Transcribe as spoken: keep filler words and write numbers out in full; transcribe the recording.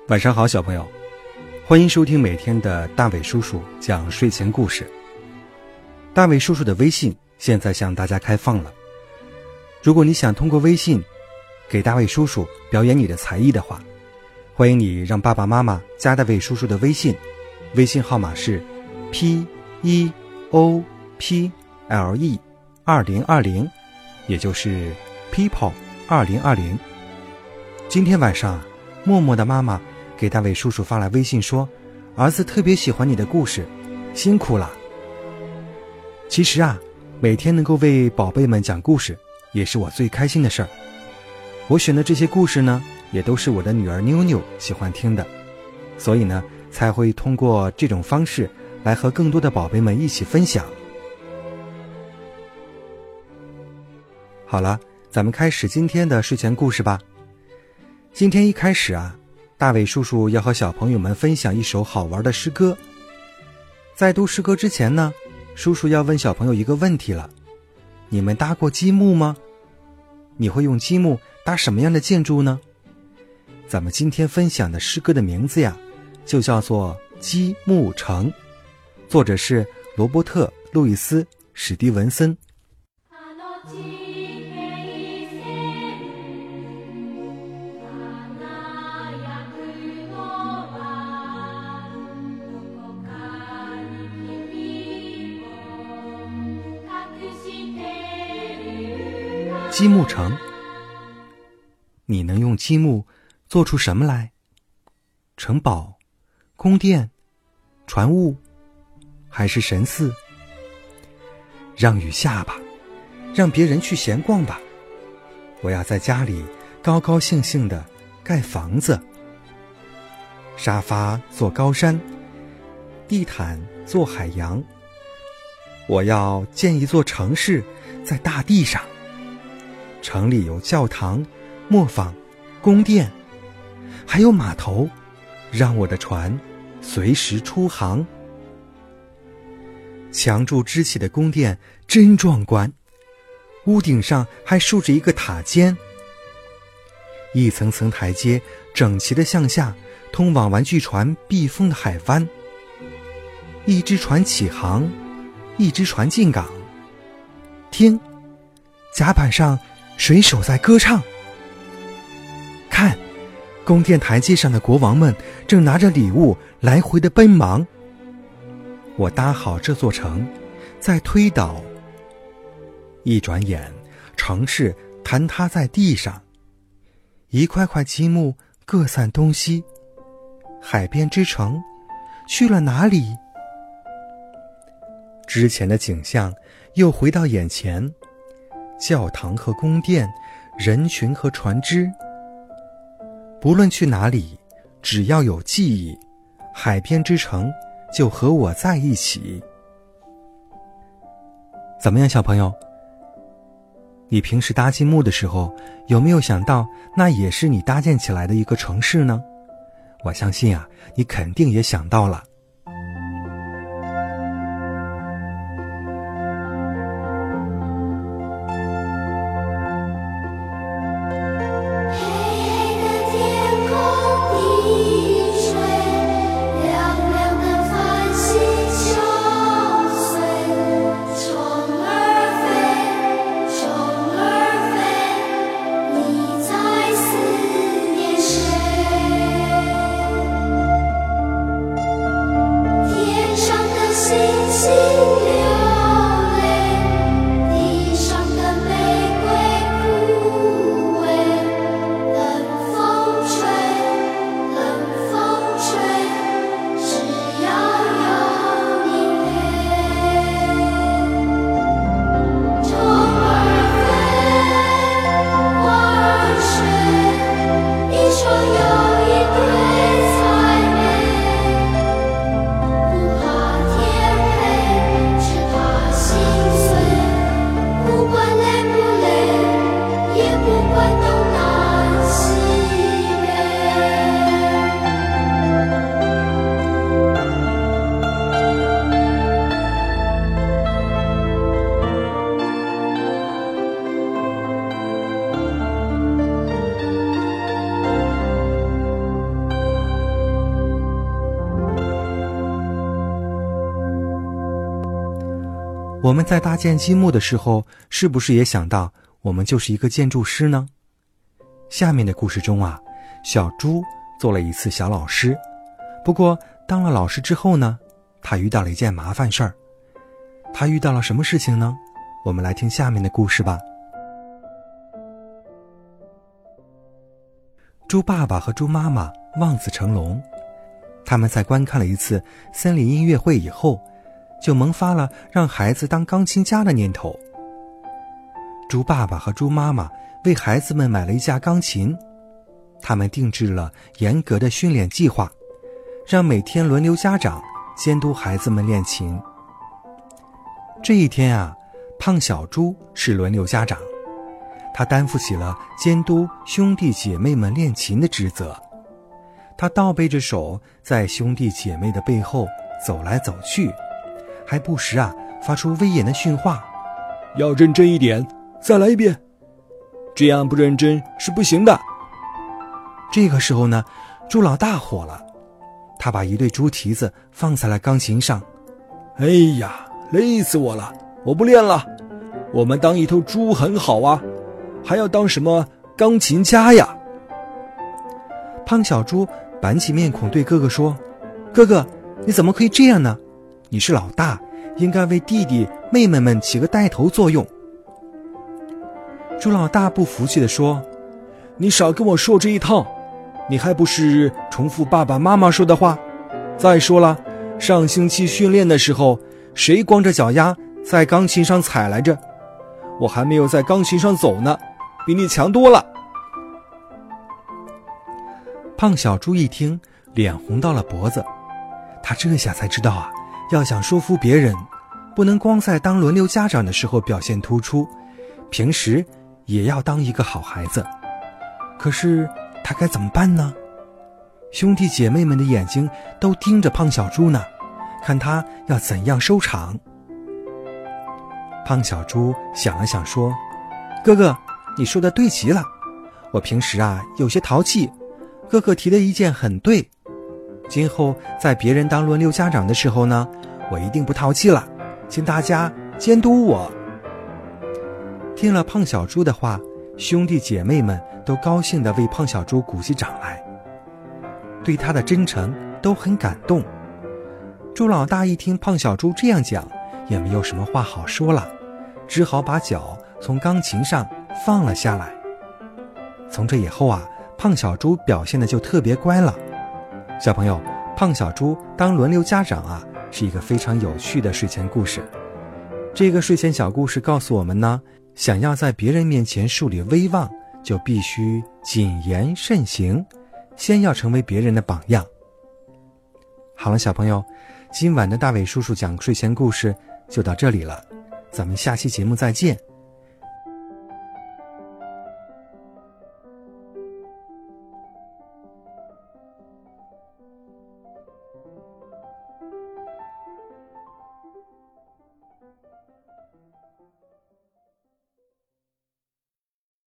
晚上好，小朋友，欢迎收听每天的大伟叔叔讲睡前故事。大伟叔叔的微信现在向大家开放了，如果你想通过微信给大伟叔叔表演你的才艺的话，欢迎你让爸爸妈妈加大伟叔叔的微信，微信号码是 P E O P L E 二零二零，也就是 People 二零二零。今天晚上默默的妈妈给大伟叔叔发来微信说，儿子特别喜欢你的故事，辛苦了。其实啊，每天能够为宝贝们讲故事也是我最开心的事儿。我选的这些故事呢，也都是我的女儿妞妞喜欢听的，所以呢才会通过这种方式来和更多的宝贝们一起分享。好了，咱们开始今天的睡前故事吧。今天一开始啊，大伟叔叔要和小朋友们分享一首好玩的诗歌。在读诗歌之前呢，叔叔要问小朋友一个问题了，你们搭过积木吗？你会用积木搭什么样的建筑呢？咱们今天分享的诗歌的名字呀，就叫做《积木城》，作者是罗伯特·路易斯·史蒂文森。积木城，你能用积木做出什么来？城堡、宫殿、船坞，还是神寺？让雨下吧，让别人去闲逛吧，我要在家里高高兴兴地盖房子。沙发做高山，地毯做海洋，我要建一座城市在大地上。城里有教堂、磨坊、宫殿，还有码头，让我的船随时出航。墙柱支起的宫殿真壮观，屋顶上还竖着一个塔尖，一层层台阶整齐地向下，通往玩具船避风的海湾。一只船起航，一只船进港，听，甲板上水手在歌唱。看，宫殿台阶上的国王们正拿着礼物来回的奔忙。我搭好这座城，再推倒，一转眼，城市坍塌在地上，一块块积木各散东西。海边之城去了哪里？之前的景象又回到眼前，教堂和宫殿，人群和船只。不论去哪里，只要有记忆，海边之城就和我在一起。怎么样，小朋友？你平时搭积木的时候，有没有想到那也是你搭建起来的一个城市呢？我相信啊，你肯定也想到了。 我们在搭建积木的时候，是不是也想到我们就是一个建筑师呢？下面的故事中啊，小猪做了一次小老师，不过当了老师之后呢，他遇到了一件麻烦事儿。他遇到了什么事情呢？我们来听下面的故事吧。猪爸爸和猪妈妈望子成龙，他们在观看了一次森林音乐会以后，就萌发了让孩子当钢琴家的念头。猪爸爸和猪妈妈为孩子们买了一架钢琴，他们定制了严格的训练计划，让每天轮流家长监督孩子们练琴。这一天啊，胖小猪是轮流家长，他担负起了监督兄弟姐妹们练琴的职责。他倒背着手，在兄弟姐妹的背后走来走去，还不时啊发出威严的训话： 要认真一点，再来一遍，这样不认真是不行的。 这个时候呢，猪老大火了，他把一对猪蹄子放在了钢琴上。 哎呀，累死我了，我不练了。我们当一头猪很好啊，还要当什么钢琴家呀？ 胖小猪板起面孔对哥哥说：哥哥，你怎么可以这样呢？你是老大，应该为弟弟妹妹们起个带头作用。猪老大不服气地说： 你少跟我说这一套，你还不是重复爸爸妈妈说的话？再说了，上星期训练的时候，谁光着脚丫在钢琴上踩来着？我还没有在钢琴上走呢，比你强多了。 胖小猪一听，脸红到了脖子，他这下才知道啊，要想说服别人，不能光在当轮流家长的时候表现突出，平时也要当一个好孩子。可是他该怎么办呢？兄弟姐妹们的眼睛都盯着胖小猪呢，看他要怎样收场。胖小猪想了想说：哥哥，你说的对极了，我平时啊有些淘气，哥哥提的意见很对，今后在别人当轮流家长的时候呢，我一定不淘气了，请大家监督我。听了胖小猪的话，兄弟姐妹们都高兴地为胖小猪鼓起掌来，对他的真诚都很感动。猪老大一听胖小猪这样讲，也没有什么话好说了，只好把脚从钢琴上放了下来。从这以后啊，胖小猪表现的就特别乖了。小朋友，胖小猪当轮流家长啊，是一个非常有趣的睡前故事。这个睡前小故事告诉我们呢，想要在别人面前树立威望，就必须谨言慎行，先要成为别人的榜样。好了，小朋友，今晚的大伟叔叔讲睡前故事就到这里了，咱们下期节目再见。